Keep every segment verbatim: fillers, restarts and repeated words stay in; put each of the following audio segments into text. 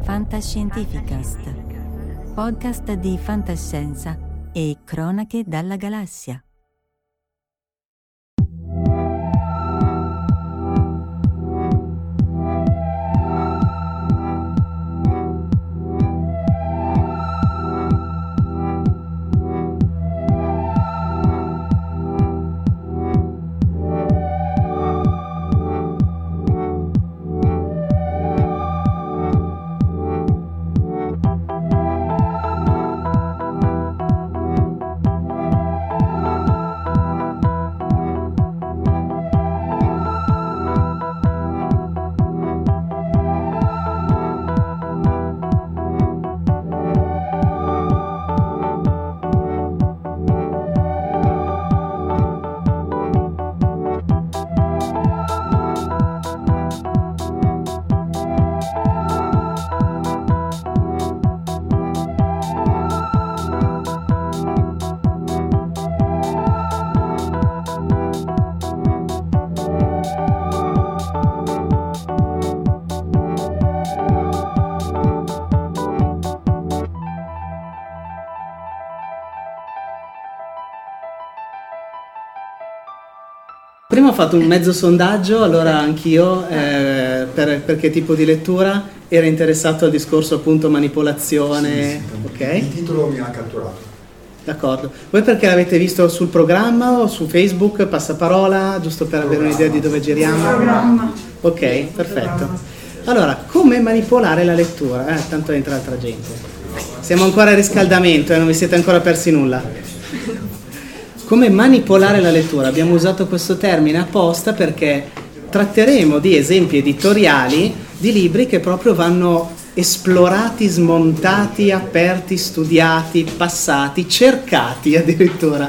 Fantascientificast, podcast di fantascienza e cronache dalla galassia. Prima ho fatto un mezzo sondaggio, allora anch'io, eh, per, per che tipo di lettura, era interessato al discorso appunto manipolazione, sì, sì, ok? Il titolo mi ha catturato. D'accordo. Voi perché l'avete visto sul programma o su Facebook, passaparola, giusto per avere un'idea di dove giriamo? Programma. Ok, perfetto. Allora, come manipolare la lettura? Eh, tanto entra altra gente. Siamo ancora a riscaldamento e eh, non vi siete ancora persi nulla. Come manipolare la lettura? Abbiamo usato questo termine apposta perché tratteremo di esempi editoriali di libri che proprio vanno esplorati, smontati, aperti, studiati, passati, cercati addirittura.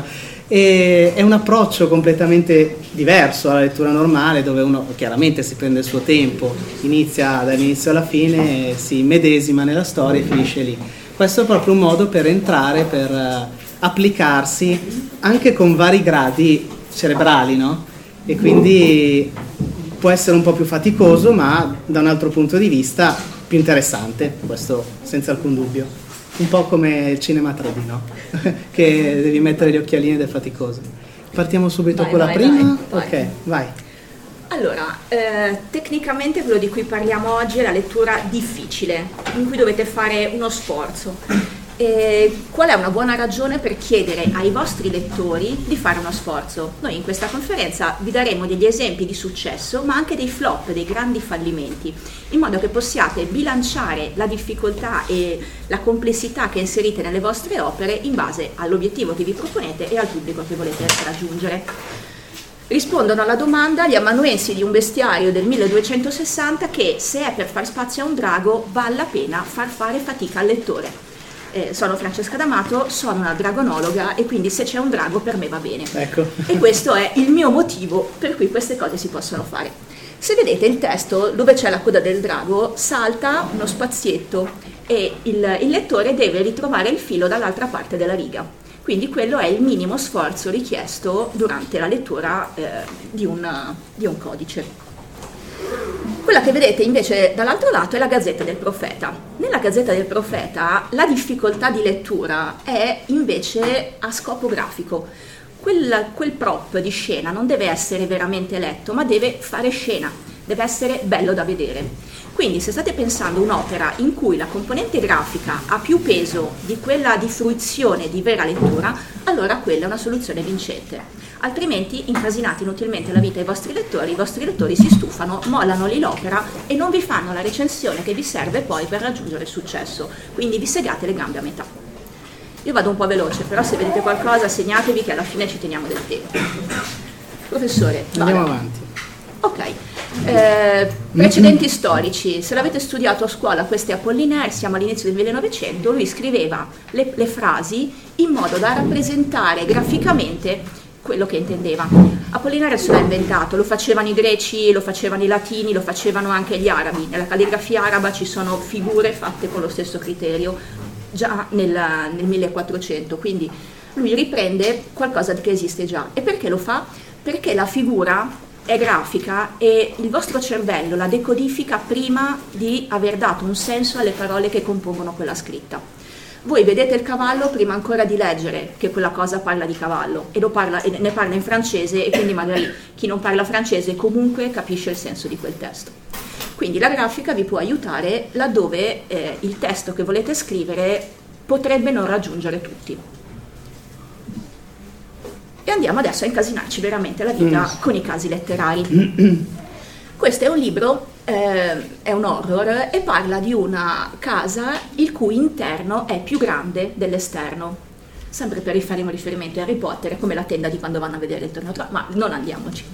E è un approccio completamente diverso alla lettura normale, dove uno chiaramente si prende il suo tempo, inizia dall'inizio alla fine, si medesima nella storia e finisce lì. Questo è proprio un modo per entrare, per applicarsi anche con vari gradi cerebrali, no? E quindi può essere un po' più faticoso, ma da un altro punto di vista più interessante, questo senza alcun dubbio. Un po' come il cinema tre D, no? Che devi mettere gli occhialini ed è faticoso. Partiamo subito vai, con la vai, prima? vai, ok, vai. vai. Allora, eh, tecnicamente quello di cui parliamo oggi è la lettura difficile, in cui dovete fare uno sforzo. E qual è una buona ragione per chiedere ai vostri lettori di fare uno sforzo? Noi in questa conferenza vi daremo degli esempi di successo, ma anche dei flop, dei grandi fallimenti, in modo che possiate bilanciare la difficoltà e la complessità che inserite nelle vostre opere in base all'obiettivo che vi proponete e al pubblico che volete raggiungere. Rispondono alla domanda gli amanuensi di un bestiario del milleduecentosessanta che, se è per far spazio a un drago, vale la pena far fare fatica al lettore. Eh, sono Francesca D'Amato, sono una dragonologa e quindi se c'è un drago per me va bene. Ecco. E questo è il mio motivo per cui queste cose si possono fare. Se vedete il testo dove c'è la coda del drago, salta uno spazietto e il, il lettore deve ritrovare il filo dall'altra parte della riga. Quindi quello è il minimo sforzo richiesto durante la lettura eh, di, una, di un codice. Quella che vedete invece dall'altro lato è la Gazzetta del Profeta. Nella Gazzetta del Profeta la difficoltà di lettura è invece a scopo grafico. Quel, quel prop di scena non deve essere veramente letto, ma deve fare scena, deve essere bello da vedere. Quindi se state pensando un'opera in cui la componente grafica ha più peso di quella di fruizione di vera lettura, allora quella è una soluzione vincente. Altrimenti incasinate inutilmente la vita ai vostri lettori, i vostri lettori si stufano, mollano lì l'opera e non vi fanno la recensione che vi serve poi per raggiungere il successo, quindi vi segate le gambe a metà. Io vado un po' veloce, però se vedete qualcosa segnatevi che alla fine ci teniamo del tempo. Professore, andiamo vale. avanti. Ok, eh, precedenti storici, se l'avete studiato a scuola, questo è Apollinaire, siamo all'inizio del millenovecento, lui scriveva le, le frasi in modo da rappresentare graficamente quello che intendeva. Apollinaire se l'ha inventato, lo facevano i greci, lo facevano i latini, lo facevano anche gli arabi. Nella calligrafia araba ci sono figure fatte con lo stesso criterio già nel, nel millequattrocento, quindi lui riprende qualcosa che esiste già. E perché lo fa? Perché la figura è grafica e il vostro cervello la decodifica prima di aver dato un senso alle parole che compongono quella scritta. Voi vedete il cavallo prima ancora di leggere che quella cosa parla di cavallo e, lo parla, e ne parla in francese, e quindi magari chi non parla francese comunque capisce il senso di quel testo. Quindi la grafica vi può aiutare laddove eh, il testo che volete scrivere potrebbe non raggiungere tutti. E andiamo adesso a incasinarci veramente la vita mm. con i casi letterari. Questo è un libro, eh, è un horror e parla di una casa il cui interno è più grande dell'esterno. Sempre per rifare un riferimento a Harry Potter, è come la tenda di quando vanno a vedere il torneo, ma non andiamoci.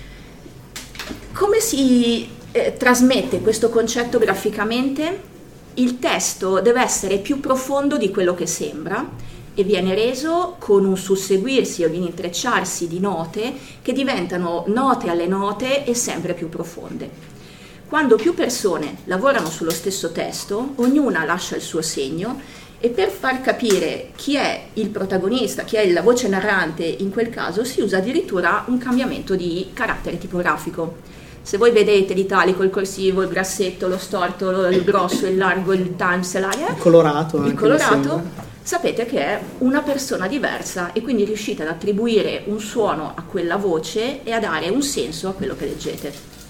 Come si eh, trasmette questo concetto graficamente? Il testo deve essere più profondo di quello che sembra e viene reso con un susseguirsi o un intrecciarsi di note che diventano note alle note e sempre più profonde. Quando più persone lavorano sullo stesso testo, ognuna lascia il suo segno e per far capire chi è il protagonista, chi è la voce narrante in quel caso, si usa addirittura un cambiamento di carattere tipografico. Se voi vedete l'italico, il corsivo, il grassetto, lo storto, il grosso, il largo, il times, l'area, il colorato, il colorato sapete che è una persona diversa e quindi riuscite ad attribuire un suono a quella voce e a dare un senso a quello che leggete.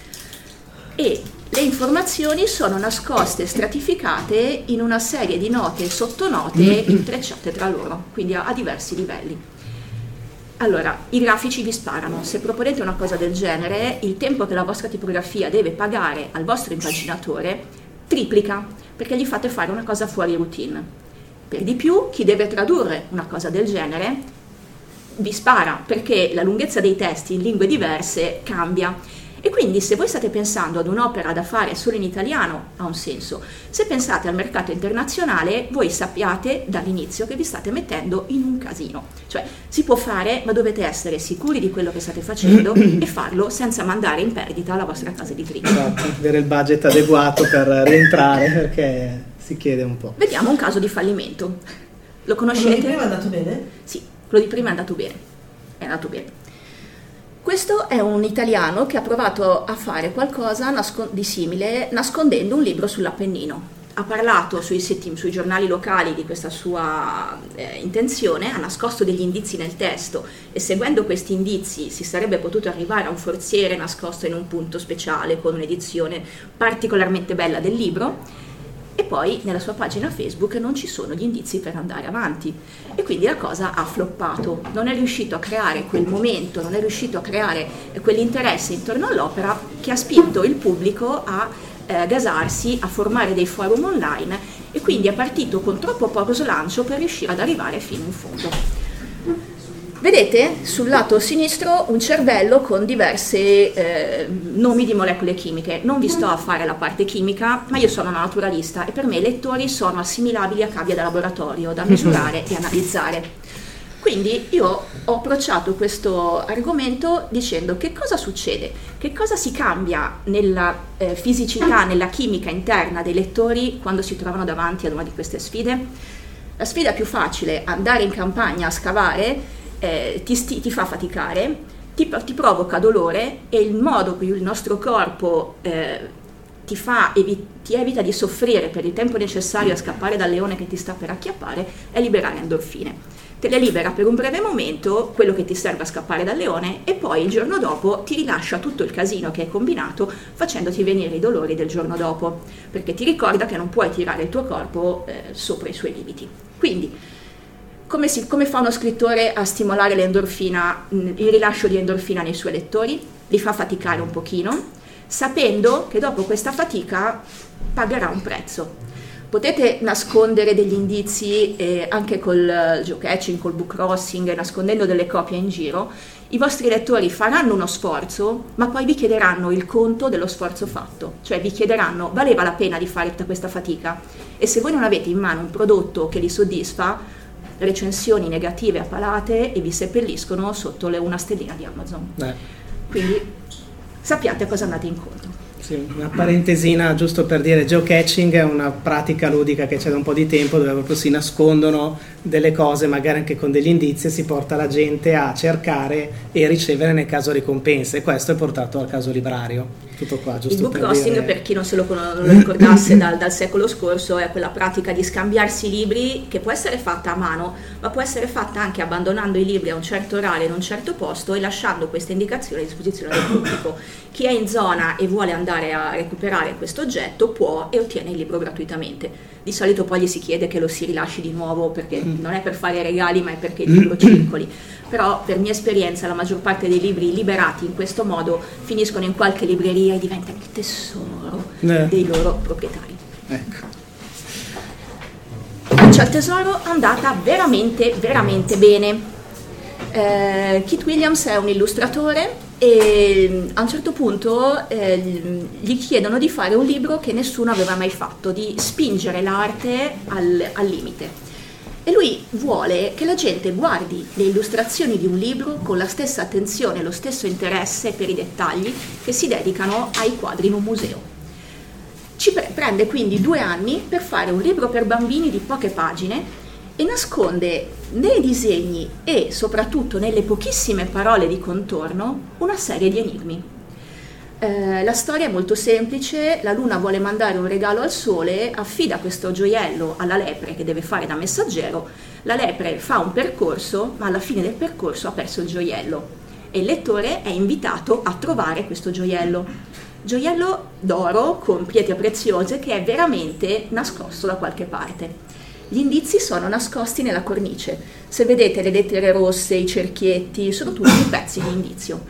E le informazioni sono nascoste, stratificate in una serie di note e sottonote intrecciate tra loro, quindi a, a diversi livelli. Allora, i grafici vi sparano. Se proponete una cosa del genere, il tempo che la vostra tipografia deve pagare al vostro impaginatore triplica, perché gli fate fare una cosa fuori routine. Per di più, chi deve tradurre una cosa del genere vi spara, perché la lunghezza dei testi in lingue diverse cambia. E quindi se voi state pensando ad un'opera da fare solo in italiano ha un senso. Se pensate al mercato internazionale, voi sappiate dall'inizio che vi state mettendo in un casino. Cioè si può fare, ma dovete essere sicuri di quello che state facendo e farlo senza mandare in perdita la vostra casa editrice. Esatto, avere il budget adeguato per rientrare, perché si chiede un po'. Vediamo un caso di fallimento. Lo conoscete? Quello di prima è andato bene? Sì, quello di prima è andato bene. È andato bene. Questo è un italiano che ha provato a fare qualcosa nasco- di simile nascondendo un libro sull'Appennino. Ha parlato sui, siti, sui giornali locali di questa sua eh, intenzione, ha nascosto degli indizi nel testo e seguendo questi indizi si sarebbe potuto arrivare a un forziere nascosto in un punto speciale con un'edizione particolarmente bella del libro. E poi nella sua pagina Facebook non ci sono gli indizi per andare avanti e quindi la cosa ha floppato, non è riuscito a creare quel momento, non è riuscito a creare quell'interesse intorno all'opera che ha spinto il pubblico a eh, gasarsi, a formare dei forum online e quindi è partito con troppo poco slancio per riuscire ad arrivare fino in fondo. Vedete sul lato sinistro un cervello con diversi eh, nomi di molecole chimiche. Non vi sto a fare la parte chimica, ma io sono una naturalista e per me i lettori sono assimilabili a cavie da laboratorio, da misurare e analizzare. Quindi io ho approcciato questo argomento dicendo che cosa succede, che cosa si cambia nella eh, fisicità, nella chimica interna dei lettori quando si trovano davanti ad una di queste sfide. La sfida più facile, andare in campagna a scavare, Eh, ti, sti, ti fa faticare, ti, ti provoca dolore e il modo in cui il nostro corpo eh, ti, fa, evi, ti evita di soffrire per il tempo necessario a scappare dal leone che ti sta per acchiappare è liberare endorfine. Te le libera per un breve momento, quello che ti serve a scappare dal leone, e poi il giorno dopo ti rilascia tutto il casino che hai combinato facendoti venire i dolori del giorno dopo, perché ti ricorda che non puoi tirare il tuo corpo eh, sopra i suoi limiti. Quindi Come, si, come fa uno scrittore a stimolare l'endorfina, il rilascio di endorfina nei suoi lettori? Li fa faticare un pochino, sapendo che dopo questa fatica pagherà un prezzo. Potete nascondere degli indizi eh, anche col geocaching, col book crossing, nascondendo delle copie in giro. I vostri lettori faranno uno sforzo, ma poi vi chiederanno il conto dello sforzo fatto. Cioè vi chiederanno, valeva la pena di fare tutta questa fatica? E se voi non avete in mano un prodotto che li soddisfa, recensioni negative a palate e vi seppelliscono sotto le una stellina di Amazon. Eh. Quindi sappiate a cosa andate incontro. Sì, una parentesina giusto per dire, geocaching è una pratica ludica che c'è da un po' di tempo, dove proprio si nascondono delle cose, magari anche con degli indizi, e si porta la gente a cercare e ricevere nel caso ricompense, e questo è portato al caso librario. Tutto qua, giusto. Il book per crossing, dire... per chi non se lo, non lo ricordasse dal, dal secolo scorso, è quella pratica di scambiarsi libri che può essere fatta a mano, ma può essere fatta anche abbandonando i libri a un certo orario in un certo posto e lasciando queste indicazioni a disposizione del pubblico. Chi è in zona e vuole andare a recuperare questo oggetto può e ottiene il libro gratuitamente. Di solito poi gli si chiede che lo si rilasci di nuovo, perché non è per fare regali, ma è perché il libro circoli. Però per mia esperienza la maggior parte dei libri liberati in questo modo finiscono in qualche libreria e diventano il tesoro eh. dei loro proprietari. Ecco. Caccia al tesoro è andata veramente, veramente bene. Eh, Keith Williams è un illustratore e a un certo punto eh, gli chiedono di fare un libro che nessuno aveva mai fatto, di spingere l'arte al, al limite. E lui vuole che la gente guardi le illustrazioni di un libro con la stessa attenzione e lo stesso interesse per i dettagli che si dedicano ai quadri in un museo. Ci pre- prende quindi due anni per fare un libro per bambini di poche pagine e nasconde nei disegni e soprattutto nelle pochissime parole di contorno una serie di enigmi. Eh, la storia è molto semplice: la luna vuole mandare un regalo al sole, affida questo gioiello alla lepre che deve fare da messaggero, la lepre fa un percorso, ma alla fine del percorso ha perso il gioiello e il lettore è invitato a trovare questo gioiello. Gioiello d'oro con pietre preziose che è veramente nascosto da qualche parte. Gli indizi sono nascosti nella cornice. Se vedete le lettere rosse, i cerchietti, sono tutti pezzi di indizio.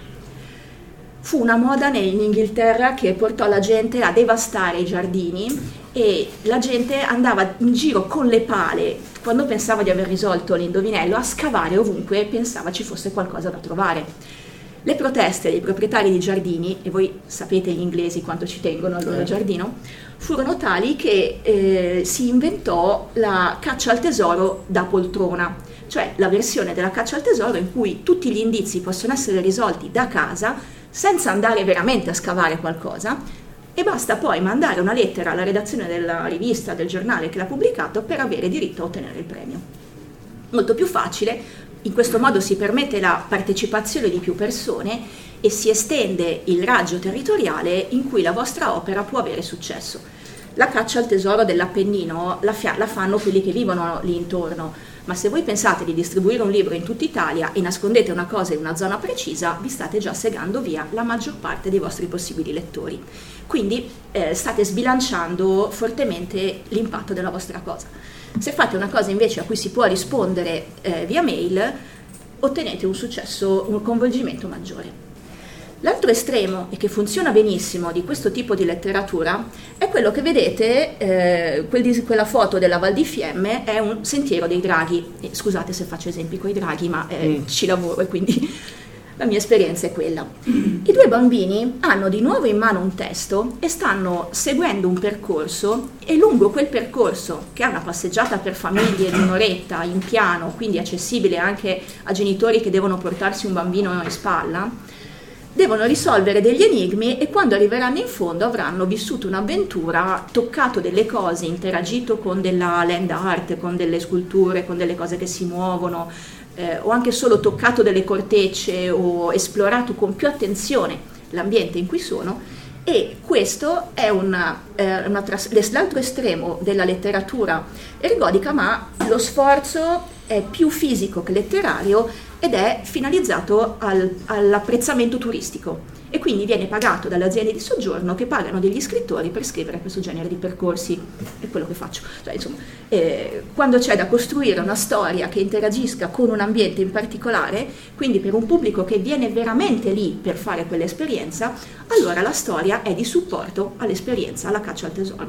Fu una moda in Inghilterra che portò la gente a devastare i giardini e la gente andava in giro con le pale, quando pensava di aver risolto l'indovinello, a scavare ovunque pensava ci fosse qualcosa da trovare. Le proteste dei proprietari di giardini, e voi sapete gli inglesi quanto ci tengono al loro giardino, furono tali che eh, si inventò la caccia al tesoro da poltrona, cioè la versione della caccia al tesoro in cui tutti gli indizi possono essere risolti da casa senza andare veramente a scavare qualcosa, e basta poi mandare una lettera alla redazione della rivista, del giornale che l'ha pubblicato per avere diritto a ottenere il premio. Molto più facile, in questo modo si permette la partecipazione di più persone e si estende il raggio territoriale in cui la vostra opera può avere successo. La caccia al tesoro dell'Appennino la, fia- la fanno quelli che vivono lì intorno, ma se voi pensate di distribuire un libro in tutta Italia e nascondete una cosa in una zona precisa, vi state già segando via la maggior parte dei vostri possibili lettori. Quindi eh, state sbilanciando fortemente l'impatto della vostra cosa. Se fate una cosa invece a cui si può rispondere eh, via mail, ottenete un successo, un coinvolgimento maggiore. L'altro estremo, e che funziona benissimo di questo tipo di letteratura, è quello che vedete, eh, quel di, quella foto della Val di Fiemme è un sentiero dei draghi. Eh, scusate se faccio esempi con i draghi, ma eh, mm. ci lavoro e quindi la mia esperienza è quella. I due bambini hanno di nuovo in mano un testo e stanno seguendo un percorso, e lungo quel percorso, che è una passeggiata per famiglie di un'oretta in piano, quindi accessibile anche a genitori che devono portarsi un bambino in spalla, devono risolvere degli enigmi e quando arriveranno in fondo avranno vissuto un'avventura, toccato delle cose, interagito con della land art, con delle sculture, con delle cose che si muovono, eh, o anche solo toccato delle cortecce o esplorato con più attenzione l'ambiente in cui sono. E questo è una, eh, una tras- l'altro estremo della letteratura ergodica, ma lo sforzo è più fisico che letterario ed è finalizzato al, all'apprezzamento turistico e quindi viene pagato dalle aziende di soggiorno che pagano degli scrittori per scrivere questo genere di percorsi. È quello che faccio. Cioè, insomma, eh, quando c'è da costruire una storia che interagisca con un ambiente in particolare, quindi per un pubblico che viene veramente lì per fare quell'esperienza, allora la storia è di supporto all'esperienza, alla caccia al tesoro.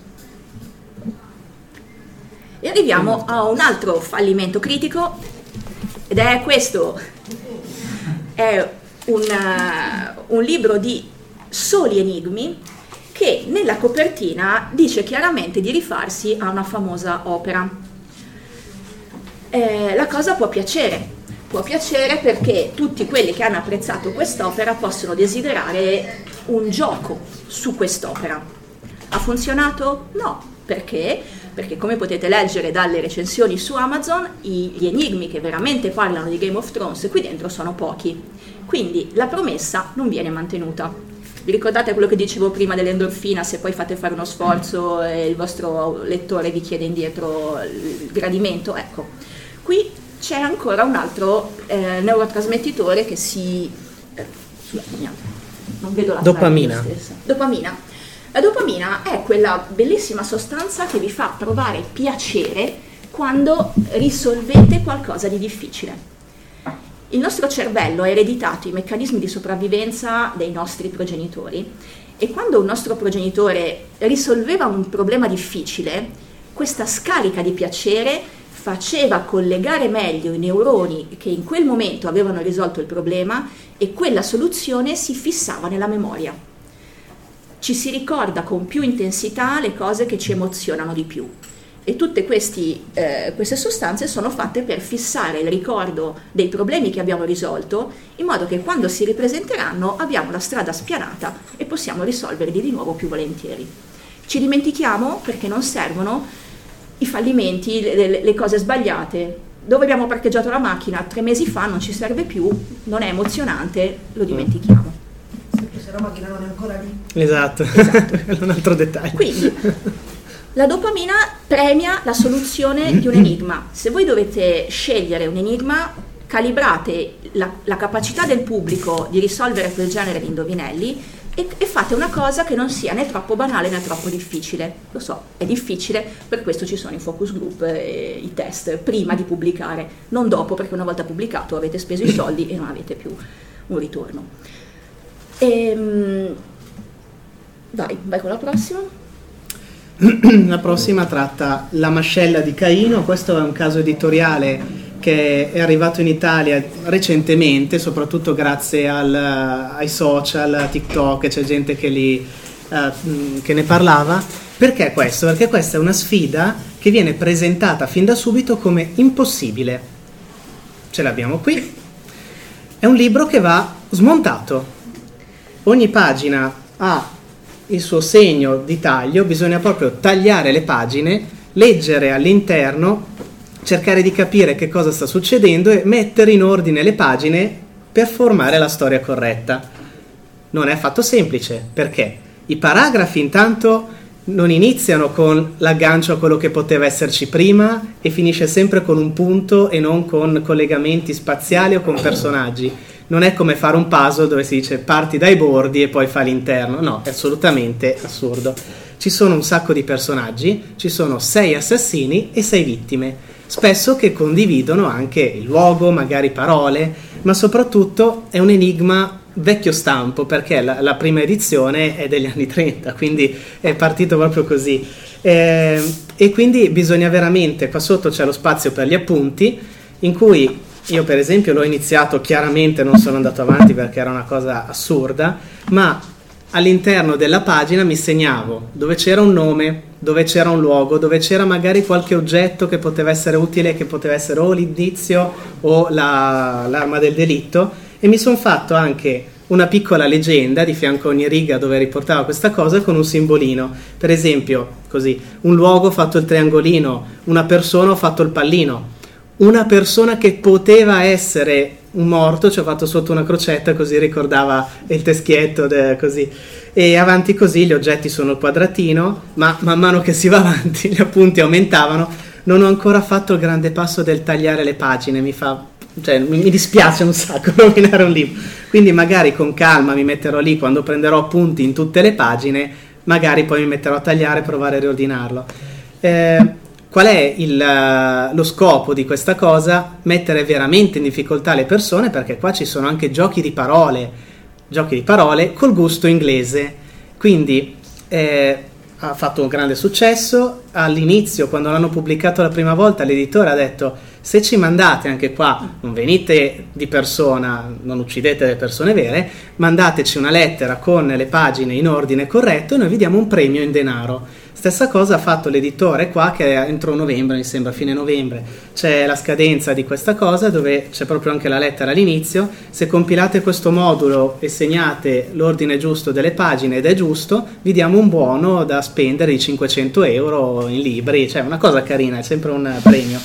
E arriviamo a un altro fallimento critico, ed è questo. È un, uh, un libro di soli enigmi che nella copertina dice chiaramente di rifarsi a una famosa opera. Eh, la cosa può piacere, può piacere perché tutti quelli che hanno apprezzato quest'opera possono desiderare un gioco su quest'opera. Ha funzionato? No. Perché? Perché come potete leggere dalle recensioni su Amazon, i, gli enigmi che veramente parlano di Game of Thrones qui dentro sono pochi. Quindi la promessa non viene mantenuta. Vi ricordate quello che dicevo prima dell'endorfina? Se poi fate fare uno sforzo e il vostro lettore vi chiede indietro il gradimento, ecco. Qui c'è ancora un altro eh, neurotrasmettitore che si... Eh, non vedo la dopamina. Stessa. Dopamina. La dopamina è quella bellissima sostanza che vi fa provare piacere quando risolvete qualcosa di difficile. Il nostro cervello ha ereditato i meccanismi di sopravvivenza dei nostri progenitori e quando un nostro progenitore risolveva un problema difficile, questa scarica di piacere faceva collegare meglio i neuroni che in quel momento avevano risolto il problema e quella soluzione si fissava nella memoria. Ci si ricorda con più intensità le cose che ci emozionano di più e tutte questi, eh, queste sostanze sono fatte per fissare il ricordo dei problemi che abbiamo risolto in modo che quando si ripresenteranno abbiamo la strada spianata e possiamo risolverli di nuovo più volentieri. Ci dimentichiamo perché non servono i fallimenti, le, le cose sbagliate. Dove abbiamo parcheggiato la macchina tre mesi fa non ci serve più, non è emozionante, lo dimentichiamo. Se la macchina non è ancora lì. Esatto, esatto. È un altro dettaglio. Quindi la dopamina premia la soluzione di un enigma. Se voi dovete scegliere un enigma, calibrate la, la capacità del pubblico di risolvere quel genere di indovinelli e, e fate una cosa che non sia né troppo banale né troppo difficile. Lo so, è difficile, per questo ci sono i focus group e i test prima di pubblicare, non dopo, perché una volta pubblicato avete speso i soldi e non avete più un ritorno. Ehm, vai, vai con la prossima. La prossima tratta La mascella di Caino. Questo è un caso editoriale che è arrivato in Italia recentemente, soprattutto grazie al, ai social, a TikTok, c'è gente che, li, uh, che ne parlava. Perché questo? Perché questa è una sfida che viene presentata fin da subito come impossibile. Ce l'abbiamo qui. È un libro che va smontato. Ogni pagina ha il suo segno di taglio, bisogna proprio tagliare le pagine, leggere all'interno, cercare di capire che cosa sta succedendo e mettere in ordine le pagine per formare la storia corretta. Non è affatto semplice, perché i paragrafi intanto non iniziano con l'aggancio a quello che poteva esserci prima e finisce sempre con un punto e non con collegamenti spaziali o con personaggi. Non è come fare un puzzle dove si dice parti dai bordi e poi fai l'interno. No, è assolutamente assurdo. Ci sono un sacco di personaggi, ci sono sei assassini e sei vittime, spesso che condividono anche il luogo, magari parole, ma soprattutto è un enigma vecchio stampo, perché la, la prima edizione è degli anni trenta, quindi è partito proprio così. Eh, e quindi bisogna veramente, qua sotto c'è lo spazio per gli appunti, in cui io per esempio l'ho iniziato, chiaramente non sono andato avanti perché era una cosa assurda, ma all'interno della pagina mi segnavo dove c'era un nome, dove c'era un luogo, dove c'era magari qualche oggetto che poteva essere utile, che poteva essere o l'indizio o la, l'arma del delitto, e mi sono fatto anche una piccola leggenda di fianco a ogni riga dove riportava questa cosa con un simbolino. Per esempio, così, un luogo ho fatto il triangolino, una persona ho fatto il pallino, una persona che poteva essere un morto ci ho fatto sotto una crocetta, così ricordava il teschietto, de, così. E avanti così, gli oggetti sono il quadratino, ma man mano che si va avanti gli appunti aumentavano. Non ho ancora fatto il grande passo del tagliare le pagine, mi fa, cioè mi dispiace un sacco rovinare un libro, quindi magari con calma mi metterò lì quando prenderò appunti in tutte le pagine, magari poi mi metterò a tagliare e provare a riordinarlo. eh, Qual è il, lo scopo di questa cosa? Mettere veramente in difficoltà le persone, perché qua ci sono anche giochi di parole, giochi di parole col gusto inglese. Quindi eh, ha fatto un grande successo, all'inizio, quando l'hanno pubblicato la prima volta, l'editore ha detto: se ci mandate anche qua, non venite di persona, non uccidete le persone vere, mandateci una lettera con le pagine in ordine corretto e noi vi diamo un premio in denaro. Stessa cosa ha fatto l'editore qua, che entro novembre, mi sembra, fine novembre, c'è la scadenza di questa cosa dove c'è proprio anche la lettera all'inizio: se compilate questo modulo e segnate l'ordine giusto delle pagine ed è giusto, vi diamo un buono da spendere di cinquecento euro in libri, cioè una cosa carina, è sempre un premio.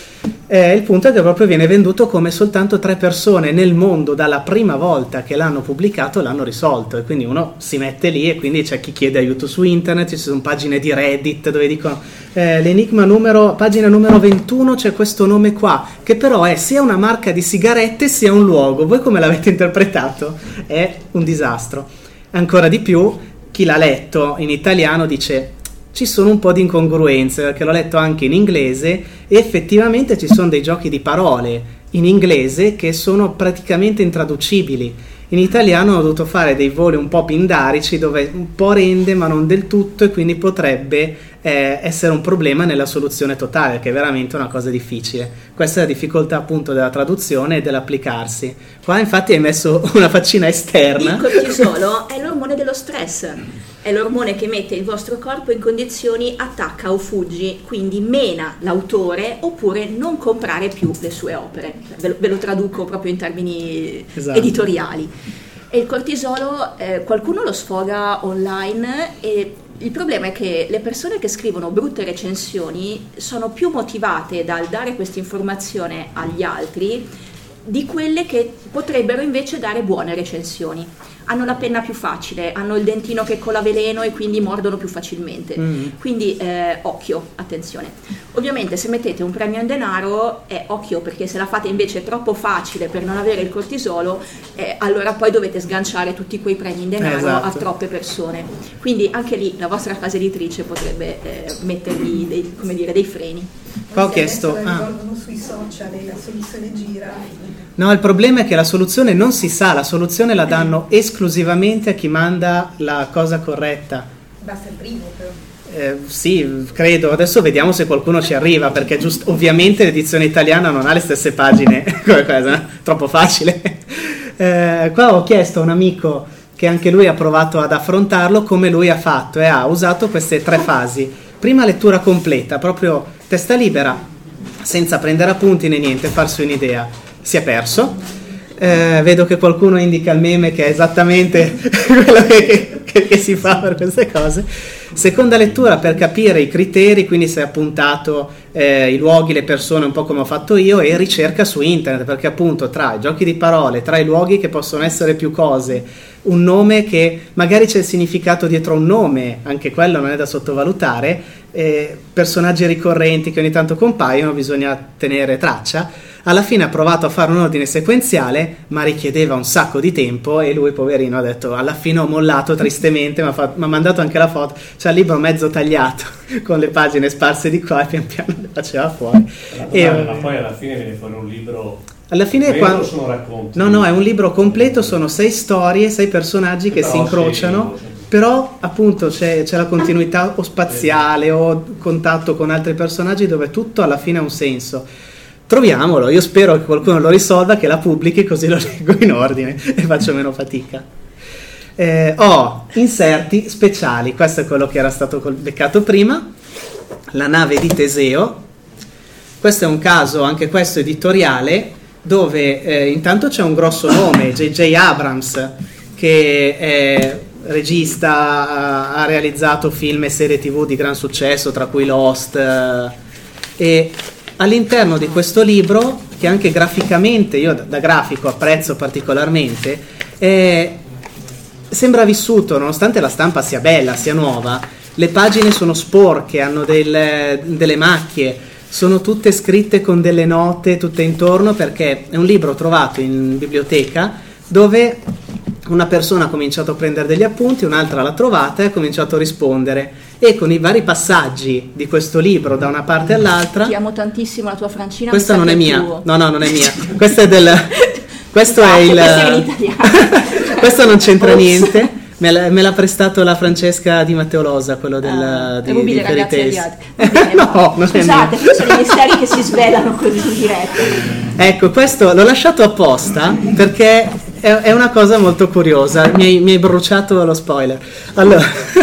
Eh, il punto è che proprio viene venduto come soltanto tre persone nel mondo dalla prima volta che l'hanno pubblicato l'hanno risolto, e quindi uno si mette lì e quindi c'è chi chiede aiuto su internet, ci sono pagine di Reddit dove dicono eh, l'enigma numero, pagina numero ventuno, c'è questo nome qua, che però è sia una marca di sigarette sia un luogo, voi come l'avete interpretato? È un disastro. Ancora di più, chi l'ha letto in italiano dice: ci sono un po' di incongruenze, perché l'ho letto anche in inglese e effettivamente ci sono dei giochi di parole in inglese che sono praticamente intraducibili. In italiano ho dovuto fare dei voli un po' pindarici dove un po' rende ma non del tutto, e quindi potrebbe eh, essere un problema nella soluzione totale, che è veramente una cosa difficile. Questa è la difficoltà appunto della traduzione e dell'applicarsi. Qua infatti hai messo una faccina esterna. Il cortisolo è l'ormone dello stress, è l'ormone che mette il vostro corpo in condizioni attacca o fuggi, quindi mena l'autore oppure non comprare più le sue opere. Ve lo, ve lo traduco proprio in termini esatto. editoriali. E il cortisolo eh, qualcuno lo sfoga online, e il problema è che le persone che scrivono brutte recensioni sono più motivate dal dare questa informazione agli altri di quelle che potrebbero invece dare buone recensioni. Hanno la penna più facile, hanno il dentino che cola veleno e quindi mordono più facilmente. Mm. Quindi eh, occhio, attenzione. Ovviamente se mettete un premio in denaro, eh, occhio, perché se la fate invece troppo facile per non avere il cortisolo, eh, allora poi dovete sganciare tutti quei premi in denaro esatto. a troppe persone. Quindi anche lì la vostra casa editrice potrebbe eh, mettervi dei, come dire, dei freni. Qua ho chiesto ah. sui social e la soluzione gira. No, il problema è che la soluzione non si sa, la soluzione la danno esclusivamente a chi manda la cosa corretta. Basta il primo però. Eh, sì, credo. Adesso vediamo se qualcuno ci arriva, perché giust- ovviamente l'edizione italiana non ha le stesse pagine come questa, troppo facile. Eh, qua ho chiesto a un amico che anche lui ha provato ad affrontarlo, come lui ha fatto, e ha usato queste tre fasi. Prima lettura completa, proprio testa libera, senza prendere appunti né niente, farsi un'idea. Si è perso. Eh, vedo che qualcuno indica il meme che è esattamente quello che, che, che si fa per queste cose. Seconda lettura per capire i criteri, quindi si è appuntato eh, i luoghi, le persone, un po' come ho fatto io, e ricerca su internet, perché appunto tra i giochi di parole, tra i luoghi che possono essere più cose, un nome che magari c'è il significato dietro un nome, anche quello non è da sottovalutare, eh, personaggi ricorrenti che ogni tanto compaiono, bisogna tenere traccia. Alla fine ha provato a fare un ordine sequenziale, ma richiedeva un sacco di tempo, e lui, poverino, ha detto: alla fine ho mollato tristemente, mi ha mandato anche la foto, c'è il libro mezzo tagliato con le pagine sparse di qua, e pian piano le faceva fuori. E, ma poi alla fine viene fuori un libro. Alla fine quando... sono racconti. No, no, è un libro completo, sono sei storie, sei personaggi che però si incrociano. Sì, però appunto c'è, c'è la continuità o spaziale o contatto con altri personaggi, dove tutto alla fine ha un senso. Troviamolo, io spero che qualcuno lo risolva, che la pubblichi, così lo leggo in ordine e faccio meno fatica. Eh, ho inserti speciali, questo è quello che era stato beccato prima, la nave di Teseo. Questo è un caso, anche questo editoriale, dove eh, intanto c'è un grosso nome, J J Abrams, che è regista, ha realizzato film e serie tv di gran successo, tra cui Lost, eh, e all'interno di questo libro, che anche graficamente, io da, da grafico apprezzo particolarmente, eh, sembra vissuto, nonostante la stampa sia bella, sia nuova, le pagine sono sporche, hanno del, delle macchie, sono tutte scritte con delle note tutte intorno, perché è un libro trovato in biblioteca dove una persona ha cominciato a prendere degli appunti, un'altra l'ha trovata e ha cominciato a rispondere, e con i vari passaggi di questo libro da una parte all'altra. Ti amo tantissimo la tua Francina. Questa non è mia, tuo. no no non è mia, questa è del questo ah, è il questo questo non c'entra niente, Me l'ha, me l'ha prestato la Francesca Di Matteolosa, quello del, uh, di, rubi di le ragazze Fairy agli Tales. altri. No, non è scusate, mio. questi sono i misteri che si svelano così in diretta. Ecco, questo l'ho lasciato apposta perché è, è una cosa molto curiosa, mi hai, mi hai bruciato lo spoiler. Allora,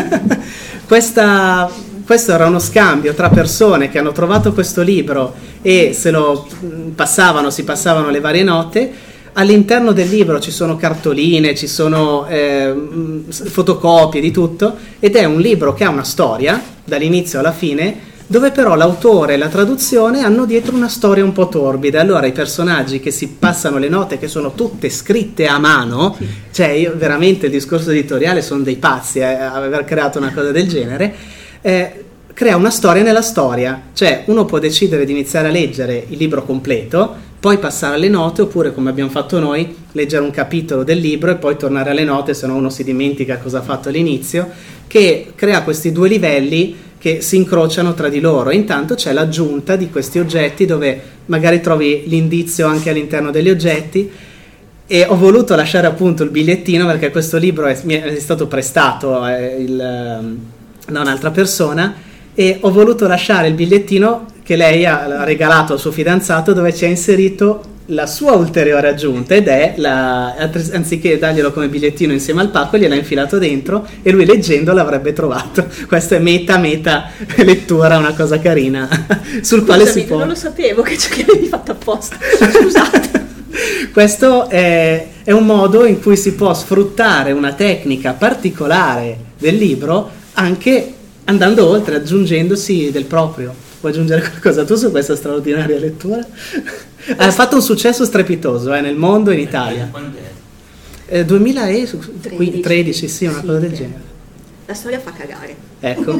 questa, questo era uno scambio tra persone che hanno trovato questo libro e se lo passavano, si passavano le varie note. All'interno del libro ci sono cartoline, ci sono eh, fotocopie di tutto, ed è un libro che ha una storia dall'inizio alla fine, dove però l'autore e la traduzione hanno dietro una storia un po' torbida. Allora i personaggi che si passano le note, che sono tutte scritte a mano, cioè io veramente il discorso editoriale sono dei pazzi eh, aver creato una cosa del genere, eh, crea una storia nella storia, cioè uno può decidere di iniziare a leggere il libro completo, poi passare alle note, oppure come abbiamo fatto noi, leggere un capitolo del libro e poi tornare alle note, se no uno si dimentica cosa ha fatto all'inizio, che crea questi due livelli che si incrociano tra di loro. Intanto c'è l'aggiunta di questi oggetti dove magari trovi l'indizio anche all'interno degli oggetti, e ho voluto lasciare appunto il bigliettino perché questo libro è, mi è stato prestato eh, il, da un'altra persona, e ho voluto lasciare il bigliettino che lei ha regalato al suo fidanzato, dove ci ha inserito la sua ulteriore aggiunta, ed è la, anziché darglielo come bigliettino insieme al pacco, gliel'ha infilato dentro e lui leggendo l'avrebbe trovato. Questo è meta meta lettura, una cosa carina sul Scusami, quale si può, non lo sapevo che l'avevi fatto apposta, scusate. Questo è, è un modo in cui si può sfruttare una tecnica particolare del libro anche andando oltre, aggiungendosi del proprio. Vuoi aggiungere qualcosa tu su questa straordinaria lettura? Ha fatto un successo strepitoso eh, nel mondo e in Italia. Quando è? Eh, duemilatredici, sì, una sì, cosa del sì. genere. La storia fa cagare. Ecco.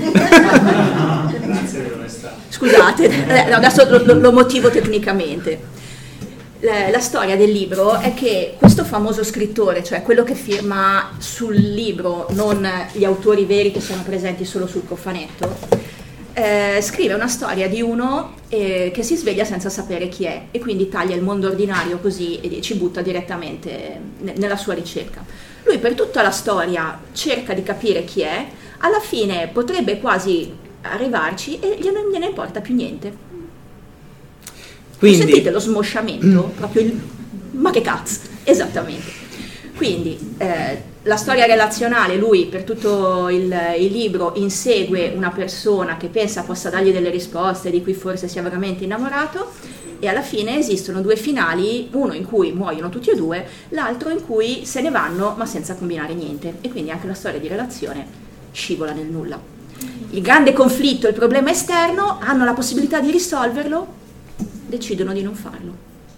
Grazie dell'onestà. Scusate, eh, no, adesso lo, lo, lo motivo tecnicamente. La, la storia del libro è che questo famoso scrittore, cioè quello che firma sul libro, non gli autori veri che sono presenti solo sul cofanetto, Eh, scrive una storia di uno eh, che si sveglia senza sapere chi è, e quindi taglia il mondo ordinario così e ci butta direttamente ne- nella sua ricerca. Lui per tutta la storia cerca di capire chi è, alla fine potrebbe quasi arrivarci e gliene, non gliene importa più niente. Quindi, sentite lo smosciamento? Proprio il... ma che cazzo, esattamente. Quindi eh, la storia relazionale, lui per tutto il, il libro insegue una persona che pensa possa dargli delle risposte, di cui forse sia veramente innamorato, e alla fine esistono due finali, uno in cui muoiono tutti e due, l'altro in cui se ne vanno ma senza combinare niente, e quindi anche la storia di relazione scivola nel nulla. Il grande conflitto, il problema esterno, hanno la possibilità di risolverlo, decidono di non farlo.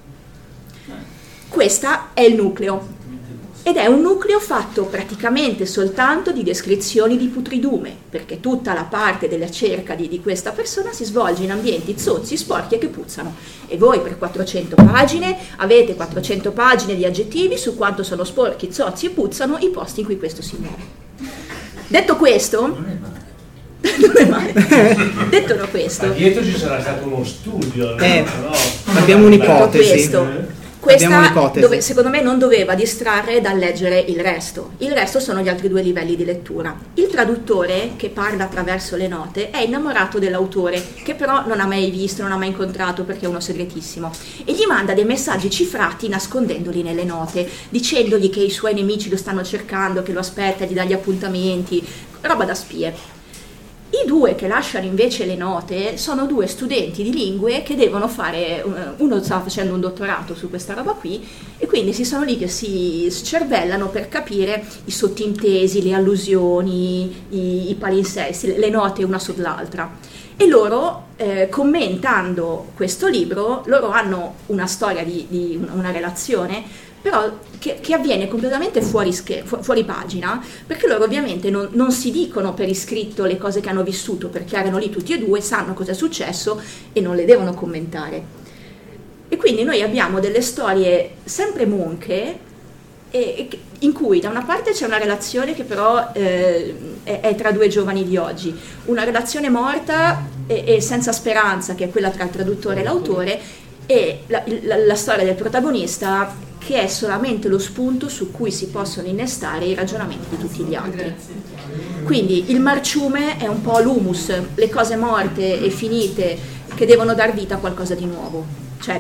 Questo è il nucleo. Ed è un nucleo fatto praticamente soltanto di descrizioni di putridume, perché tutta la parte della cerca di, di questa persona si svolge in ambienti zozzi, sporchi e che puzzano. E voi per quattrocento pagine avete quattrocento pagine di aggettivi su quanto sono sporchi, zozzi e puzzano i posti in cui questo si muove. Detto questo... Non è male. non è male. Detto questo... Ma dietro ci sarà stato uno studio. Eh, no? abbiamo Detto un'ipotesi. questo, questa un'ipotesi. dove, secondo me non doveva distrarre dal leggere il resto. Il resto sono gli altri due livelli di lettura. Il traduttore, che parla attraverso le note, è innamorato dell'autore, che però non ha mai visto, non ha mai incontrato perché è uno segretissimo, e gli manda dei messaggi cifrati nascondendoli nelle note, dicendogli che i suoi nemici lo stanno cercando, che lo aspetta, gli dà gli appuntamenti, roba da spie. I due che lasciano invece le note sono due studenti di lingue che devono fare, uno sta facendo un dottorato su questa roba qui, e quindi si sono lì che si scervellano per capire i sottintesi, le allusioni, i, i palinsesti, le note una sull'altra. E loro, eh, commentando questo libro, loro hanno una storia di, di una relazione, però che, che avviene completamente fuori, scher- fu- fuori pagina, perché loro ovviamente non, non si dicono per iscritto le cose che hanno vissuto, perché erano lì tutti e due, sanno cosa è successo e non le devono commentare. E quindi noi abbiamo delle storie sempre monche, e, e, in cui da una parte c'è una relazione che però eh, è, è tra due giovani di oggi, una relazione morta e, e senza speranza, che è quella tra il traduttore e l'autore, e la, la, la storia del protagonista che è solamente lo spunto su cui si possono innestare i ragionamenti di tutti gli altri. Quindi il marciume è un po' l'humus, le cose morte e finite che devono dar vita a qualcosa di nuovo. Cioè,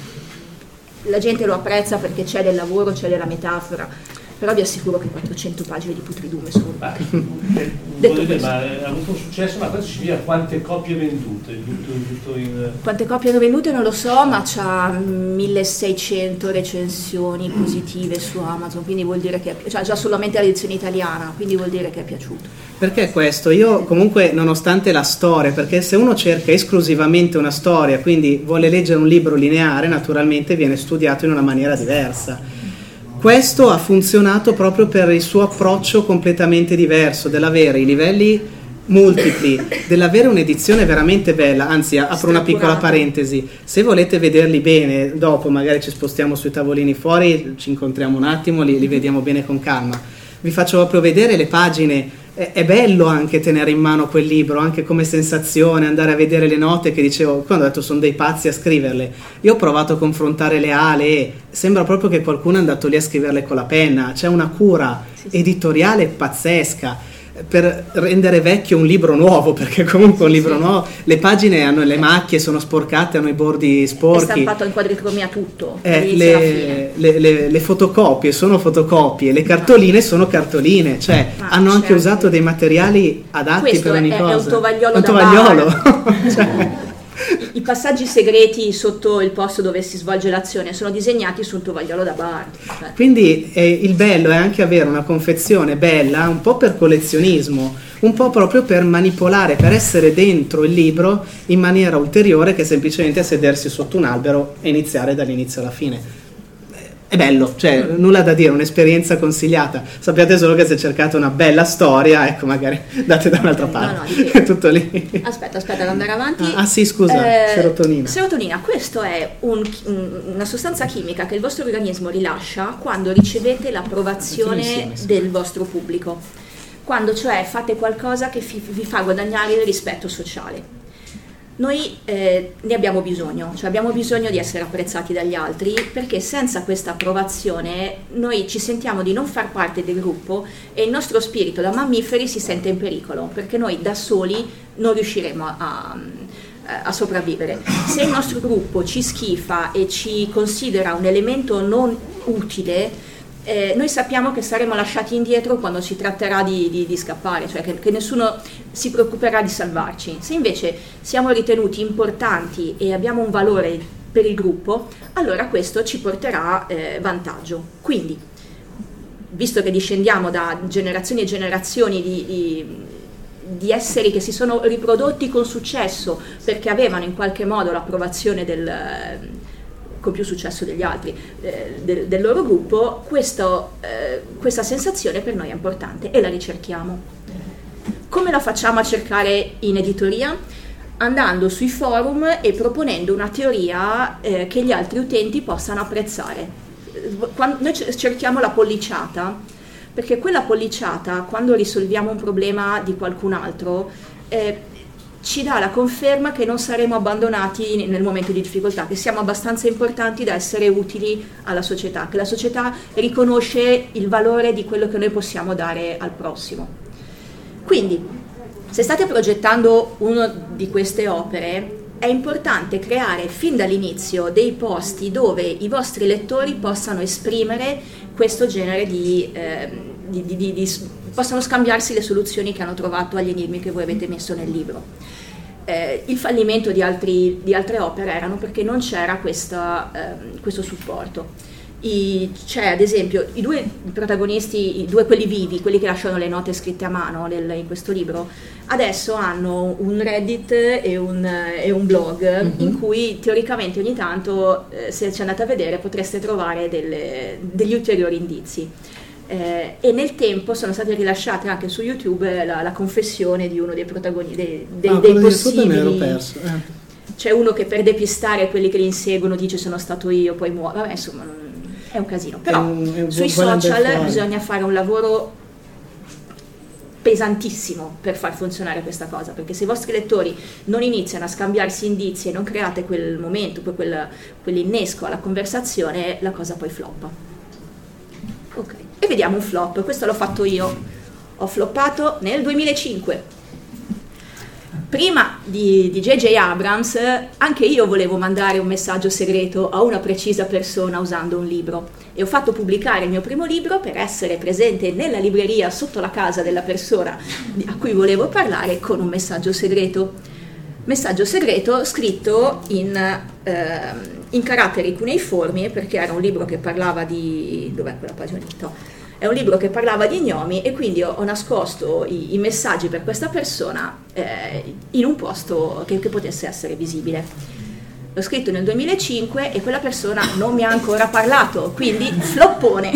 la gente lo apprezza perché c'è del lavoro, c'è della metafora, però vi assicuro che quattrocento pagine di putridume sono... Ma, eh, Detto dire, ma ha avuto un successo, ma questo significa quante copie vendute? Giusto, giusto in... Quante copie hanno vendute non lo so, ma c'ha milleseicento recensioni positive su Amazon, quindi vuol dire che è, cioè già solamente l'edizione italiana, quindi vuol dire che è piaciuto. Perché questo? Io comunque, nonostante la storia, perché se uno cerca esclusivamente una storia, quindi vuole leggere un libro lineare, naturalmente viene studiato in una maniera diversa. Questo ha funzionato proprio per il suo approccio completamente diverso, dell'avere i livelli multipli, dell'avere un'edizione veramente bella. Anzi, apro una piccola parentesi, se volete vederli bene, dopo magari ci spostiamo sui tavolini fuori, ci incontriamo un attimo, li, li vediamo bene con calma. Vi faccio proprio vedere le pagine. È bello anche tenere in mano quel libro, anche come sensazione, andare a vedere le note che dicevo, quando ho detto sono dei pazzi a scriverle. Io ho provato a confrontare le ale e sembra proprio che qualcuno è andato lì a scriverle con la penna. C'è una cura sì, sì. editoriale pazzesca per rendere vecchio un libro nuovo, perché comunque un libro sì. nuovo, le pagine hanno le macchie, sono sporcate, hanno i bordi sporchi. È stampato in quadricromia tutto. Eh, le, le, le, le fotocopie sono fotocopie, le cartoline ah. sono cartoline, cioè ah, hanno certo. anche usato dei materiali adatti Questo per ogni è, cosa. È un tovagliolo, un da tovagliolo. cioè. I passaggi segreti sotto il posto dove si svolge l'azione sono disegnati su un tovagliolo da bar. Cioè. Quindi eh, il bello è anche avere una confezione bella, un po' per collezionismo, un po' proprio per manipolare, per essere dentro il libro in maniera ulteriore che semplicemente sedersi sotto un albero e iniziare dall'inizio alla fine. È bello, cioè nulla da dire, un'esperienza consigliata. Sappiate solo che se cercate una bella storia, ecco, magari date da un'altra parte. No, no, è tutto lì. Aspetta, aspetta, ad andare avanti. Ah, ah sì, scusa, eh, serotonina. Serotonina, questo è un, una sostanza chimica che il vostro organismo rilascia quando ricevete l'approvazione del vostro pubblico. Quando cioè fate qualcosa che fi, vi fa guadagnare il rispetto sociale. Noi eh, ne abbiamo bisogno, cioè abbiamo bisogno di essere apprezzati dagli altri, perché senza questa approvazione noi ci sentiamo di non far parte del gruppo e il nostro spirito da mammiferi si sente in pericolo, perché noi da soli non riusciremo a, a, a sopravvivere. Se il nostro gruppo ci schifa e ci considera un elemento non utile, Eh, noi sappiamo che saremo lasciati indietro quando si tratterà di, di, di scappare, cioè che, che nessuno si preoccuperà di salvarci. Se invece siamo ritenuti importanti e abbiamo un valore per il gruppo, allora questo ci porterà eh, vantaggio. Quindi, visto che discendiamo da generazioni e generazioni di, di, di esseri che si sono riprodotti con successo perché avevano in qualche modo l'approvazione del con più successo degli altri, eh, del, del loro gruppo, questo, eh, questa sensazione per noi è importante e la ricerchiamo. Come la facciamo a cercare in editoria? Andando sui forum e proponendo una teoria eh, che gli altri utenti possano apprezzare. Quando noi cerchiamo la polliciata, perché quella polliciata, quando risolviamo un problema di qualcun altro, eh, ci dà la conferma che non saremo abbandonati nel momento di difficoltà, che siamo abbastanza importanti da essere utili alla società, che la società riconosce il valore di quello che noi possiamo dare al prossimo. Quindi, se state progettando una di queste opere, è importante creare fin dall'inizio dei posti dove i vostri lettori possano esprimere questo genere di, eh, di, di, di, di possano scambiarsi le soluzioni che hanno trovato agli enigmi che voi avete messo nel libro. Eh, il fallimento di, altri, di altre opere erano perché non c'era questa, eh, questo supporto. I, c'è ad esempio i due protagonisti, i due quelli vivi, quelli che lasciano le note scritte a mano nel, in questo libro, adesso hanno un Reddit e un, e un blog mm-hmm. in cui teoricamente ogni tanto, eh, se ci andate a vedere, potreste trovare delle, degli ulteriori indizi. Eh, e nel tempo sono state rilasciate anche su YouTube la, la confessione di uno dei protagonisti, dei, dei, ah, dei possibili. Me l'ero perso. Eh. C'è uno che per depistare quelli che li inseguono dice sono stato io, poi muore. Vabbè, insomma, è un casino. Però è un, è un sui social bisogna fare un lavoro pesantissimo per far funzionare questa cosa, perché se i vostri lettori non iniziano a scambiarsi indizi e non create quel momento, quel, quell'innesco alla conversazione, la cosa poi floppa. Ok, e vediamo un flop. Questo l'ho fatto io, ho floppato nel duemilacinque. Prima di, di J J Abrams, anche io volevo mandare un messaggio segreto a una precisa persona usando un libro, e ho fatto pubblicare il mio primo libro per essere presente nella libreria sotto la casa della persona a cui volevo parlare con un messaggio segreto. Messaggio segreto scritto in, eh, in caratteri cuneiformi, perché era un libro che parlava di... dov'è quella paginetta? È un libro che parlava di gnomi, e quindi ho, ho nascosto i, i messaggi per questa persona eh, in un posto che, che potesse essere visibile. L'ho scritto nel duemilacinque e quella persona non mi ha ancora parlato, quindi floppone.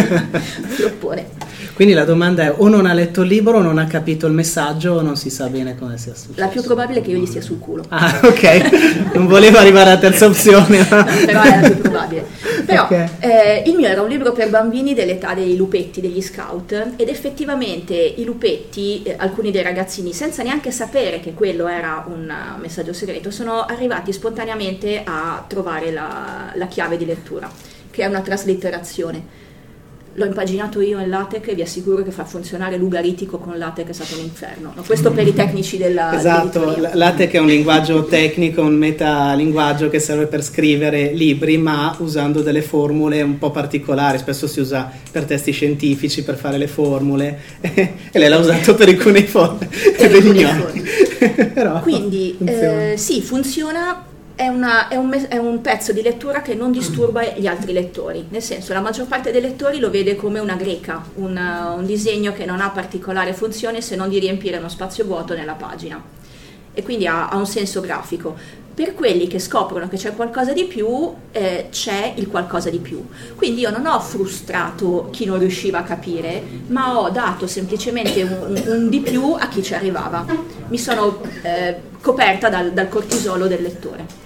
floppone. Quindi la domanda è: o non ha letto il libro, o non ha capito il messaggio, o non si sa bene come sia successo. La più probabile è che io gli stia sul culo. Ah, ok. Non volevo arrivare alla terza opzione. No, però è la più probabile. Però Okay. eh, il mio era un libro per bambini dell'età dei lupetti, degli scout, ed effettivamente i lupetti, eh, alcuni dei ragazzini, senza neanche sapere che quello era un uh, messaggio segreto, sono arrivati spontaneamente a trovare la, la chiave di lettura, che è una traslitterazione. L'ho impaginato io in LaTeX e vi assicuro che far funzionare l'ugaritico con LaTeX è stato un inferno. No, questo per i tecnici della Esatto, dell'editoria. LaTeX è un linguaggio tecnico, un metalinguaggio che serve per scrivere libri, ma usando delle formule un po' particolari. Spesso si usa per testi scientifici, per fare le formule, e lei l'ha usato per i cuneiformi e per i gnomi. Però Quindi funziona. eh, sì, funziona. È, una, è, un, è un pezzo di lettura che non disturba gli altri lettori, nel senso, la maggior parte dei lettori lo vede come una greca, una, un disegno che non ha particolare funzione se non di riempire uno spazio vuoto nella pagina, e quindi ha, ha un senso grafico. Per quelli che scoprono che c'è qualcosa di più, eh, c'è il qualcosa di più. Quindi io non ho frustrato chi non riusciva a capire, ma ho dato semplicemente un, un, un di più a chi ci arrivava. Mi sono eh, coperta dal, dal cortisolo del lettore.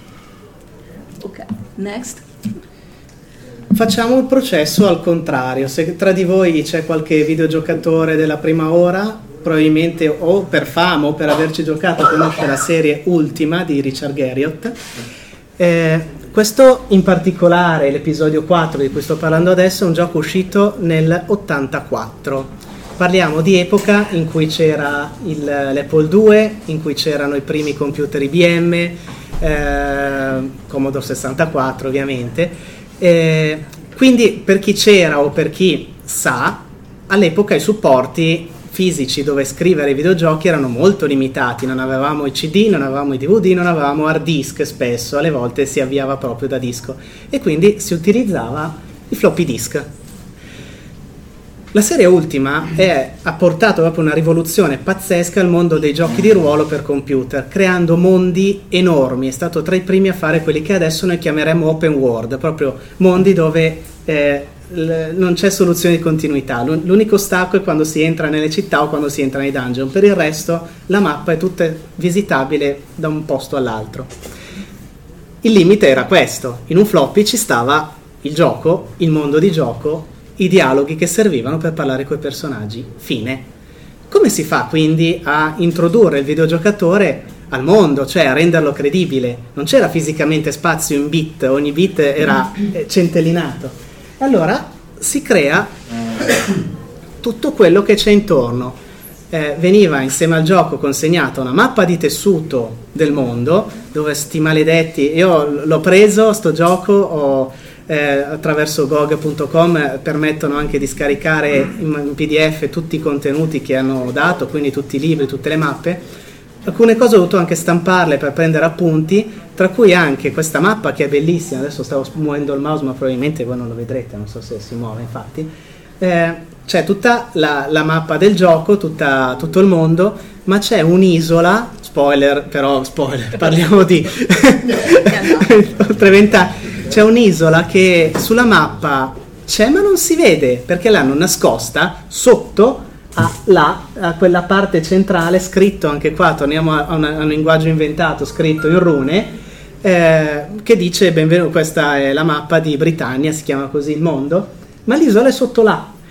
Ok, next. Facciamo il processo al contrario. Se tra di voi c'è qualche videogiocatore della prima ora, probabilmente o per fama o per averci giocato conosce la serie Ultima di Richard Garriott. Eh, questo in particolare, l'episodio quattro di cui sto parlando adesso, è un gioco uscito nel ottantaquattro. Parliamo di epoca in cui c'era il, l'Apple due, in cui c'erano i primi computer I B M, eh, Commodore sessantaquattro ovviamente. Eh, quindi per chi c'era o per chi sa, all'epoca i supporti fisici dove scrivere i videogiochi erano molto limitati. Non avevamo i C D, non avevamo i D V D, non avevamo hard disk, spesso alle volte si avviava proprio da disco, e quindi si utilizzava i floppy disk. La serie Ultima è, ha portato proprio una rivoluzione pazzesca al mondo dei giochi di ruolo per computer, creando mondi enormi. È stato tra i primi a fare quelli che adesso noi chiameremmo open world, proprio mondi dove eh, l- non c'è soluzione di continuità. L- l'unico ostacolo è quando si entra nelle città o quando si entra nei dungeon. Per il resto la mappa è tutta visitabile da un posto all'altro. Il limite era questo: in un floppy ci stava il gioco, il mondo di gioco, i dialoghi che servivano per parlare coi personaggi. Fine. Come si fa quindi a introdurre il videogiocatore al mondo, cioè a renderlo credibile? Non c'era fisicamente spazio in bit, ogni bit era centellinato. Allora si crea tutto quello che c'è intorno. Eh, veniva insieme al gioco consegnata una mappa di tessuto del mondo, dove sti maledetti, io l'ho preso sto gioco, ho Eh, attraverso G O G punto com eh, permettono anche di scaricare in P D F tutti i contenuti che hanno dato, quindi tutti i libri, tutte le mappe. Alcune cose ho dovuto anche stamparle per prendere appunti, tra cui anche questa mappa che è bellissima. Adesso stavo muovendo il mouse ma probabilmente voi non lo vedrete, non so se si muove infatti. Eh, c'è tutta la, la mappa del gioco, tutta, tutto il mondo, ma c'è un'isola, spoiler, però spoiler, parliamo di oltre vent'anni. C'è un'isola che sulla mappa c'è ma non si vede, perché l'hanno nascosta sotto a, là, a quella parte centrale, scritto anche qua, torniamo a, a, una, a un linguaggio inventato, scritto in rune, eh, che dice benvenuto, questa è la mappa di Britannia, si chiama così il mondo, ma l'isola è sotto là.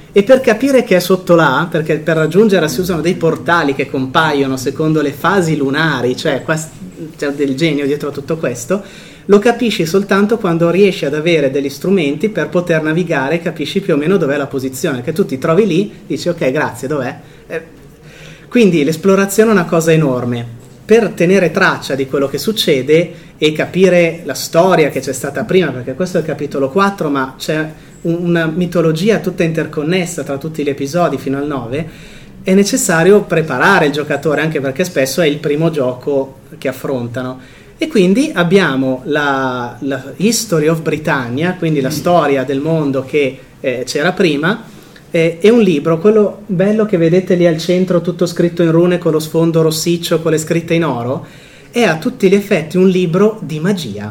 E per capire che è sotto là, perché per raggiungerla si usano dei portali che compaiono secondo le fasi lunari, cioè c'è del genio dietro a tutto questo, lo capisci soltanto quando riesci ad avere degli strumenti per poter navigare e capisci più o meno dov'è la posizione, che tu ti trovi lì, dici ok grazie, dov'è? Eh, quindi l'esplorazione è una cosa enorme. Per tenere traccia di quello che succede e capire la storia che c'è stata prima, perché questo è il capitolo quattro, ma c'è un, una mitologia tutta interconnessa tra tutti gli episodi fino al nove, è necessario preparare il giocatore, anche perché spesso è il primo gioco che affrontano. E quindi abbiamo la, la History of Britannia, quindi la storia del mondo che eh, c'era prima, eh, è un libro, quello bello che vedete lì al centro, tutto scritto in rune con lo sfondo rossiccio, con le scritte in oro, è a tutti gli effetti un libro di magia.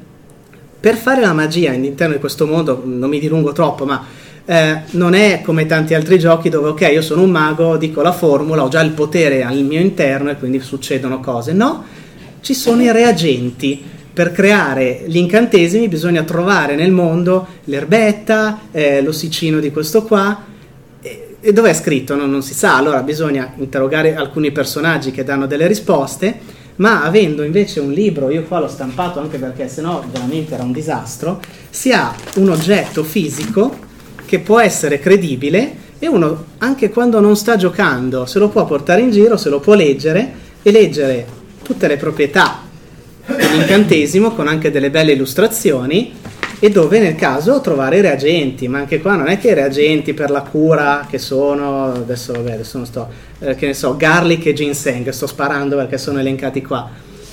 Per fare la magia all'interno di questo mondo, non mi dilungo troppo, ma eh, non è come tanti altri giochi dove ok, io sono un mago, dico la formula, ho già il potere al mio interno e quindi succedono cose. No, ci sono i reagenti. Per creare gli incantesimi bisogna trovare nel mondo l'erbetta, eh, l'ossicino di questo qua, e, e dove è scritto non, non si sa, allora bisogna interrogare alcuni personaggi che danno delle risposte, ma avendo invece un libro, io qua l'ho stampato anche perché sennò veramente era un disastro, si ha un oggetto fisico che può essere credibile e uno anche quando non sta giocando se lo può portare in giro, se lo può leggere e leggere tutte le proprietà dell'incantesimo con anche delle belle illustrazioni, e dove nel caso trovare i reagenti, ma anche qua non è che i reagenti per la cura che sono adesso vabbè adesso non sto eh, che ne so garlic e ginseng, sto sparando perché sono elencati qua,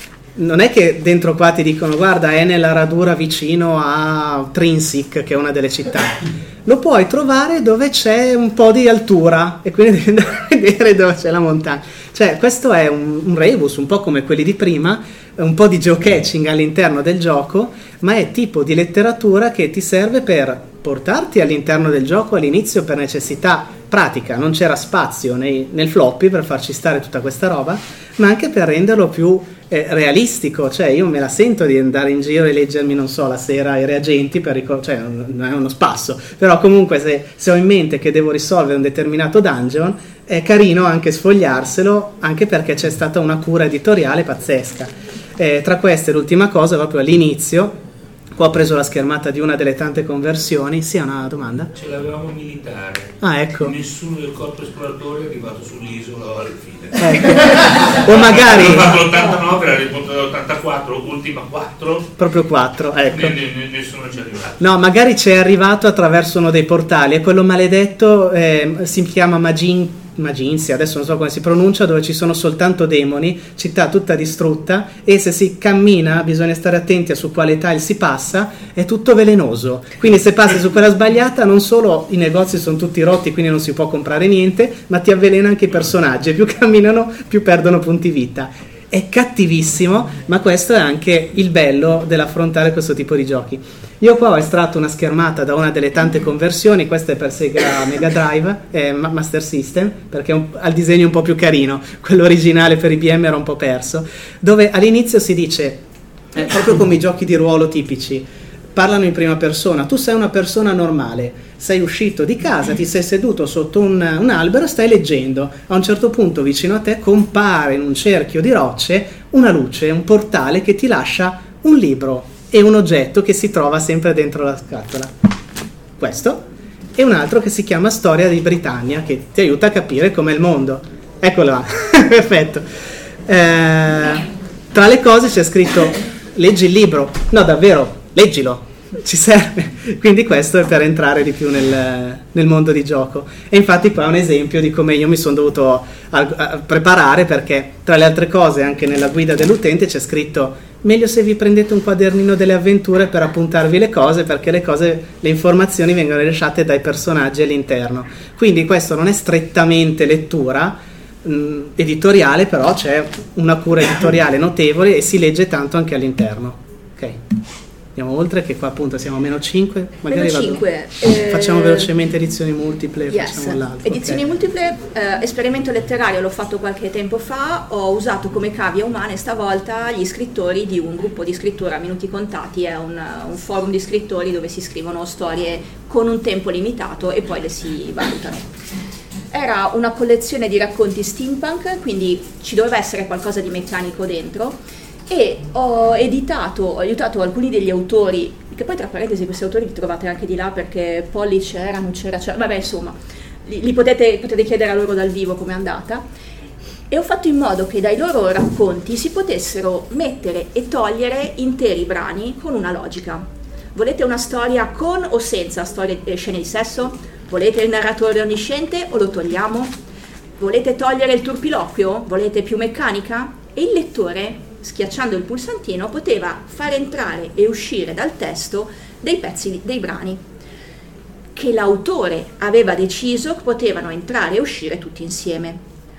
non è che dentro qua ti dicono guarda è nella radura vicino a Trinsic che è una delle città, lo puoi trovare dove c'è un po' di altura e quindi devi andare a vedere dove c'è la montagna, cioè questo è un, un rebus un po' come quelli di prima, un po' di geocaching all'interno del gioco, ma è tipo di letteratura che ti serve per portarti all'interno del gioco all'inizio per necessità pratica, non c'era spazio nei, nel floppy per farci stare tutta questa roba, ma anche per renderlo più eh, realistico, cioè io me la sento di andare in giro e leggermi non so la sera i reagenti per ricor- cioè non è uno spasso, però comunque se, se ho in mente che devo risolvere un determinato dungeon è carino anche sfogliarselo, anche perché c'è stata una cura editoriale pazzesca. Eh, tra queste l'ultima cosa proprio all'inizio, qua ho preso la schermata di una delle tante conversioni. Sì, è una domanda? Ce l'avevamo militare. Ah, ecco. Nessuno del corpo esploratore è arrivato sull'isola alla fine. Ecco. O magari hanno fatto l'ottantanove, era riportato l'ottantaquattro, ultima quattro. Proprio quattro, ecco. N- n- nessuno ci è arrivato. No, magari c'è arrivato attraverso uno dei portali, e quello maledetto eh, si chiama Magin Maginsia, adesso non so come si pronuncia, dove ci sono soltanto demoni, città tutta distrutta, e se si cammina bisogna stare attenti a su quale tile si passa, è tutto velenoso, quindi se passi su quella sbagliata non solo i negozi sono tutti rotti quindi non si può comprare niente, ma ti avvelena anche i personaggi, e più camminano più perdono punti vita. È cattivissimo, ma questo è anche il bello dell'affrontare questo tipo di giochi. Io qua ho estratto una schermata da una delle tante conversioni, questa è per Sega Mega Drive, eh, Master System, perché un, ha il disegno un po' più carino, quello originale per I B M era un po' perso, dove all'inizio si dice, eh, proprio come i giochi di ruolo tipici, parlano in prima persona, tu sei una persona normale, sei uscito di casa, ti sei seduto sotto un, un albero, stai leggendo, a un certo punto vicino a te compare in un cerchio di rocce una luce, un portale che ti lascia un libro e un oggetto che si trova sempre dentro la scatola, questo, e un altro che si chiama Storia di Britannia, che ti aiuta a capire com'è il mondo. Eccolo là. Perfetto. Eh, tra le cose c'è scritto leggi il libro, no davvero, leggilo, ci serve. Quindi questo è per entrare di più nel, nel mondo di gioco, e infatti qua è un esempio di come io mi sono dovuto a, a preparare, perché tra le altre cose anche nella guida dell'utente c'è scritto meglio se vi prendete un quadernino delle avventure per appuntarvi le cose, perché le cose, le informazioni vengono lasciate dai personaggi all'interno, quindi questo non è strettamente lettura mh, editoriale, però c'è una cura editoriale notevole e si legge tanto anche all'interno. Ok, andiamo oltre, che qua appunto siamo a meno cinque, magari meno vado, cinque, facciamo eh, velocemente edizioni multiple, yes. facciamo l'altro. Edizioni okay. multiple, eh, esperimento letterario l'ho fatto qualche tempo fa, ho usato come cavia umane stavolta gli scrittori di un gruppo di scrittura a minuti contati, è un, un forum di scrittori dove si scrivono storie con un tempo limitato e poi le si valutano. Era una collezione di racconti steampunk, quindi ci doveva essere qualcosa di meccanico dentro, e ho editato, ho aiutato alcuni degli autori, che poi tra parentesi questi autori li trovate anche di là perché Polly c'era, non c'era, c'era, vabbè insomma, li, li potete, potete chiedere a loro dal vivo com'è andata, e ho fatto in modo che dai loro racconti si potessero mettere e togliere interi brani con una logica. Volete una storia con o senza storie, eh, scene di sesso? Volete il narratore onnisciente o lo togliamo? Volete togliere il turpiloquio? Volete più meccanica? E il lettore, schiacciando il pulsantino, poteva far entrare e uscire dal testo dei pezzi, dei brani che l'autore aveva deciso che potevano entrare e uscire tutti insieme.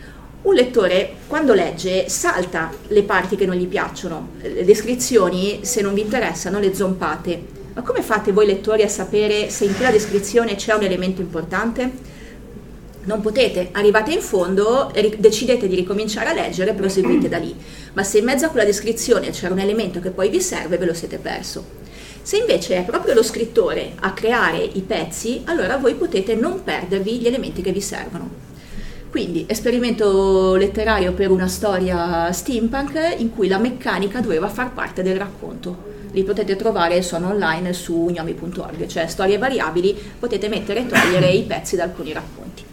Un lettore, quando legge, salta le parti che non gli piacciono, le descrizioni, se non vi interessano, le zompate. Ma come fate voi lettori a sapere se in quella descrizione c'è un elemento importante? Non potete, arrivate in fondo, decidete di ricominciare a leggere e proseguite da lì, ma se in mezzo a quella descrizione c'era un elemento che poi vi serve, ve lo siete perso. Se invece è proprio lo scrittore a creare i pezzi, allora voi potete non perdervi gli elementi che vi servono. Quindi, esperimento letterario per una storia steampunk in cui la meccanica doveva far parte del racconto. Li potete trovare, sono online su gnomi punto org, cioè storie variabili, potete mettere e togliere i pezzi da alcuni racconti.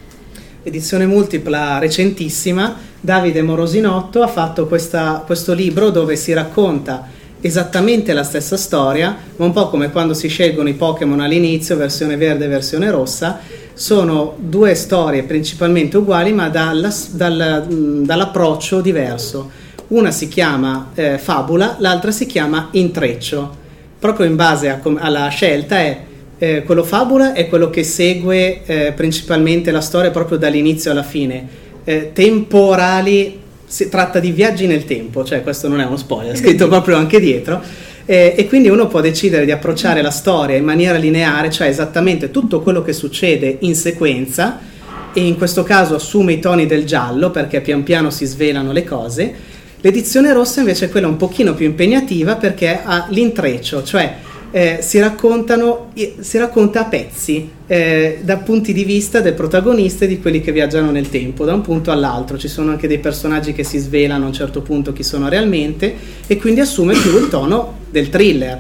Edizione multipla recentissima, Davide Morosinotto ha fatto questa, questo libro dove si racconta esattamente la stessa storia, ma un po' come quando si scelgono i Pokémon all'inizio, versione verde e versione rossa. Sono due storie principalmente uguali ma dalla, dal, dall'approccio diverso. Una si chiama eh, fabula, l'altra si chiama intreccio, proprio in base a com- alla scelta è Eh, quello fabula è quello che segue eh, principalmente la storia proprio dall'inizio alla fine. Eh, temporali, si tratta di viaggi nel tempo, cioè questo non è uno spoiler, è scritto proprio anche dietro, eh, e quindi uno può decidere di approcciare la storia in maniera lineare, cioè esattamente tutto quello che succede in sequenza, e in questo caso assume i toni del giallo perché pian piano si svelano le cose. L'edizione rossa invece è quella un pochino più impegnativa perché ha l'intreccio, cioè Eh, si raccontano si racconta a pezzi eh, da punti di vista del protagonista e di quelli che viaggiano nel tempo da un punto all'altro. Ci sono anche dei personaggi che si svelano a un certo punto chi sono realmente e quindi assume più il tono del thriller.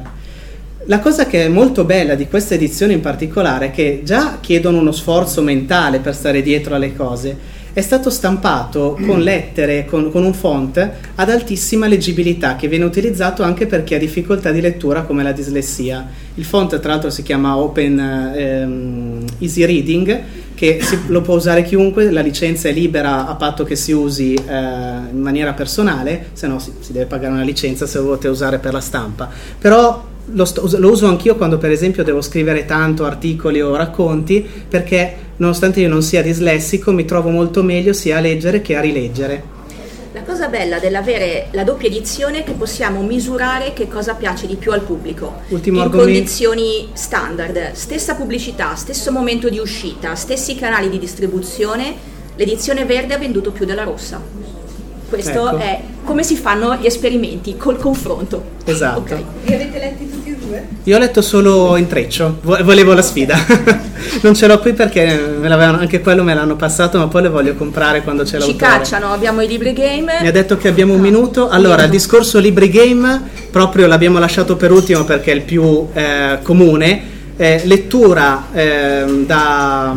La cosa che è molto bella di questa edizione in particolare è che già chiedono uno sforzo mentale per stare dietro alle cose. È stato stampato con lettere, con, con un font ad altissima leggibilità che viene utilizzato anche per chi ha difficoltà di lettura come la dislessia. Il font tra l'altro si chiama Open ehm, Easy Reading, che si, lo può usare chiunque, la licenza è libera a patto che si usi eh, in maniera personale, se no si, si deve pagare una licenza se lo volete usare per la stampa. Però Lo, sto, lo uso anch'io quando per esempio devo scrivere tanto articoli o racconti, perché nonostante io non sia dislessico mi trovo molto meglio sia a leggere che a rileggere. La cosa bella dell'avere la doppia edizione è che possiamo misurare che cosa piace di più al pubblico. Ultimo in argomento. Condizioni standard, stessa pubblicità, stesso momento di uscita, stessi canali di distribuzione, l'edizione verde ha venduto più della rossa. Questo ecco. È come si fanno gli esperimenti col confronto. Esatto. Okay. Li avete letti tutti e due? Io ho letto solo Intreccio, volevo la sfida. Non ce l'ho qui perché me l'avevano, anche quello me l'hanno passato, ma poi le voglio comprare quando c'è l'autore. Ci cacciano, abbiamo i libri game. Mi ha detto che abbiamo un minuto. Allora, il discorso libri game proprio l'abbiamo lasciato per ultimo perché è il più eh, comune. Eh, lettura eh, da,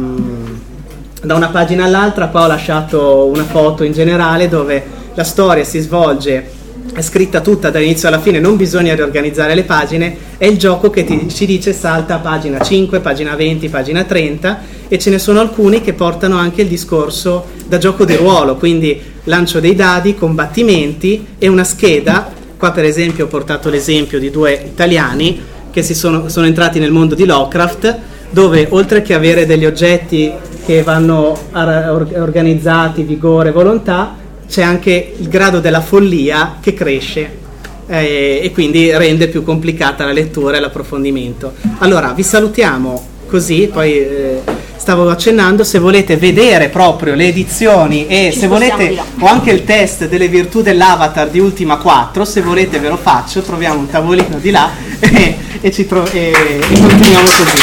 da una pagina all'altra. Qua ho lasciato una foto in generale dove la storia si svolge, è scritta tutta dall'inizio alla fine, non bisogna riorganizzare le pagine, è il gioco che ti, ci dice salta a pagina cinque, pagina venti, pagina trenta, e ce ne sono alcuni che portano anche il discorso da gioco di ruolo, quindi lancio dei dadi, combattimenti e una scheda. Qua per esempio ho portato l'esempio di due italiani che si sono, sono entrati nel mondo di Lovecraft, dove oltre che avere degli oggetti che vanno organizzati, vigore, volontà, c'è anche il grado della follia che cresce. eh, e quindi rende più complicata la lettura e l'approfondimento. Allora vi salutiamo così, poi eh, stavo accennando, se volete vedere proprio le edizioni e Ci se volete ho anche il test delle virtù dell'avatar di Ultima quattro, se volete ve lo faccio, troviamo un tavolino di là e, e, ci tro- e, e continuiamo così.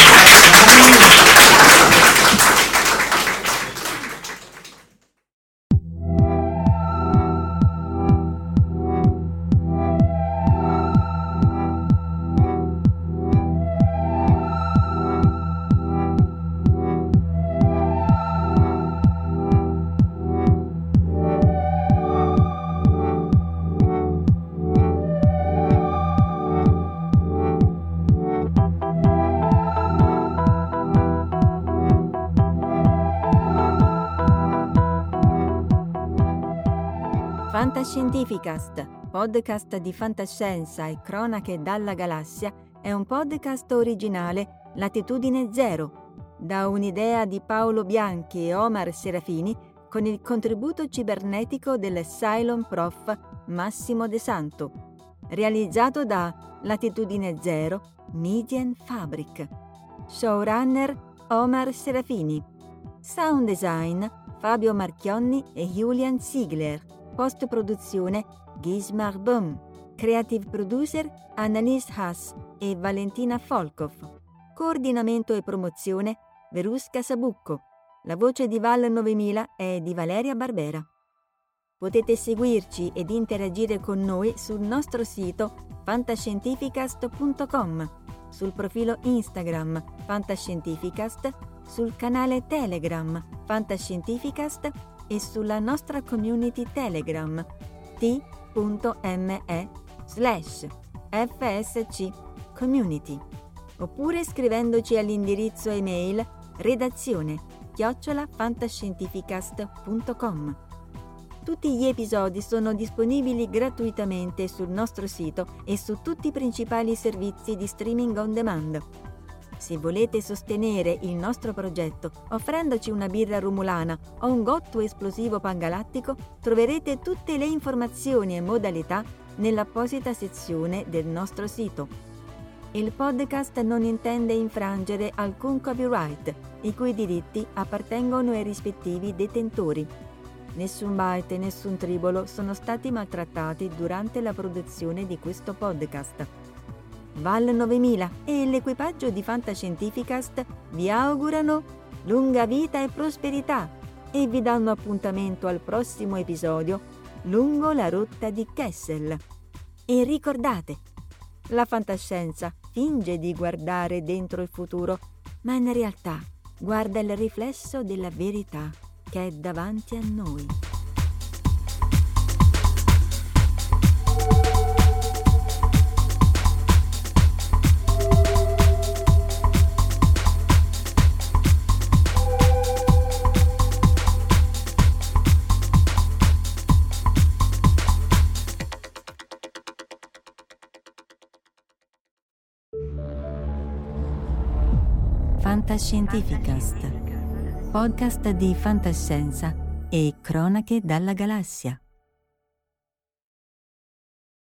Fantascientificast, podcast di fantascienza e cronache dalla galassia, è un podcast originale Latitudine Zero, da un'idea di Paolo Bianchi e Omar Serafini con il contributo cibernetico del Cylon Prof Massimo De Santo, realizzato da Latitudine Zero Median Fabric. Showrunner Omar Serafini. Sound design Fabio Marchionni e Julian Ziegler. Post-produzione Gismar Böhm. Creative producer Annalise Haas e Valentina Folkov. Coordinamento e promozione Verusca Sabucco. La voce di Val novemila è di Valeria Barbera. Potete seguirci ed interagire con noi sul nostro sito fantascientificast punto com, sul profilo Instagram Fantascientificast, sul canale Telegram Fantascientificast e sulla nostra community Telegram t.me slash fsc community, oppure scrivendoci all'indirizzo email redazione chiocciola fantascientificast punto com. Tutti gli episodi sono disponibili gratuitamente sul nostro sito e su tutti i principali servizi di streaming on demand. Se volete sostenere il nostro progetto offrendoci una birra rumulana o un gotto esplosivo pangalattico, troverete tutte le informazioni e modalità nell'apposita sezione del nostro sito. Il podcast non intende infrangere alcun copyright, i cui diritti appartengono ai rispettivi detentori. Nessun byte e nessun tribolo sono stati maltrattati durante la produzione di questo podcast. Val novemila e l'equipaggio di Fantascientificast vi augurano lunga vita e prosperità e vi danno appuntamento al prossimo episodio lungo la rotta di Kessel. E ricordate, la fantascienza finge di guardare dentro il futuro, ma in realtà guarda il riflesso della verità che è davanti a noi. Fantascientificast, podcast di fantascienza e cronache dalla galassia.